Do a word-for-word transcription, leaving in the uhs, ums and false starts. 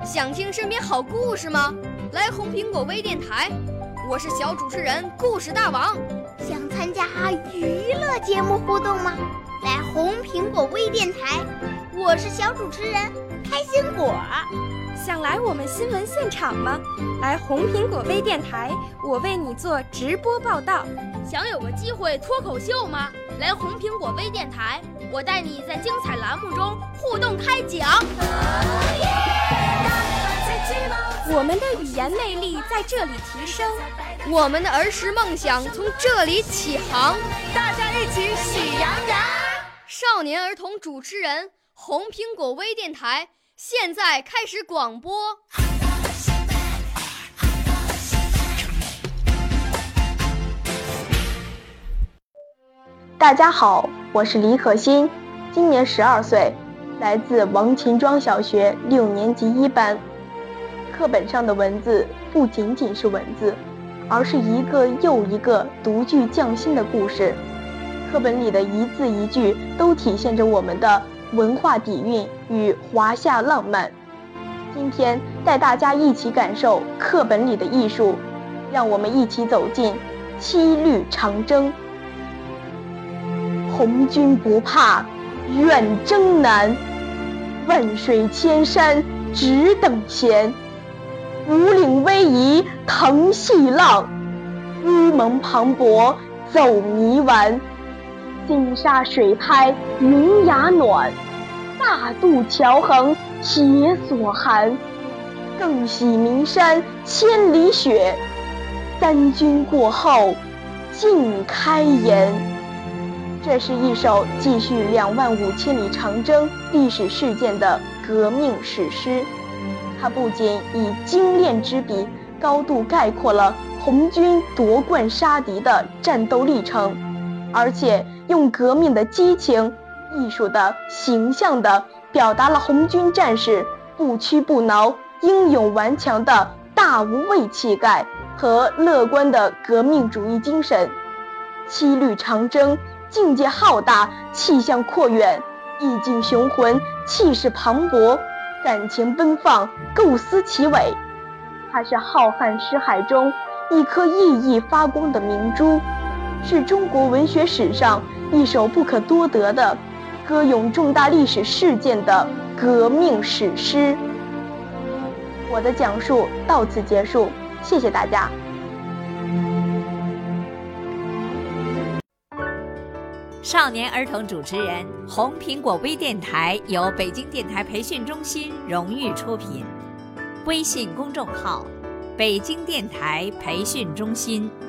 想听身边好故事吗？来红苹果微电台，我是小主持人故事大王。 想参加娱乐节目互动吗？来红苹果微电台，我是小主持人开心果。 想来我们新闻现场吗？来红苹果微电台，我为你做直播报道。 想有个机会脱口秀吗？来红苹果微电台，我带你在精彩栏目中互动开讲。 我们的语言魅力在这里提升， 我们的儿时梦想从这里起航。 大家一起喜羊羊。 少年儿童主持人，红苹果微电台现在开始广播。 大家好，我是李可欣，今年十二岁，来自王秦庄小学六年级一班。课本上的文字不仅仅是文字，而是一个又一个独具匠心的故事。课本里的一字一句都体现着我们的文化底蕴与华夏浪漫。今天带大家一起感受课本里的艺术，让我们一起走进七律长征。红军不怕远征难，万水千山只等闲。五岭逶迤腾细浪，乌蒙磅礴走泥丸。金沙水拍鸣崖暖，大渡桥横铁索寒。更喜岷山千里雪，三军过后尽开颜。这是一首记叙两万五千里长征历史事件的革命史诗。它不仅以精炼之笔高度概括了红军夺冠杀敌的战斗历程，而且用革命的激情、艺术的形象的表达了红军战士不屈不挠、英勇顽强的大无畏气概和乐观的革命主义精神。七律长征境界浩大，气象阔远，意境雄浑，气势磅礴，感情奔放，构思奇伟。它是浩瀚诗海中一颗熠熠发光的明珠，是中国文学史上一首不可多得的歌咏重大历史事件的革命史诗。我的讲述到此结束，谢谢大家。 少年儿童主持人，红苹果微电台由北京电台培训中心荣誉出品，微信公众号：北京电台培训中心。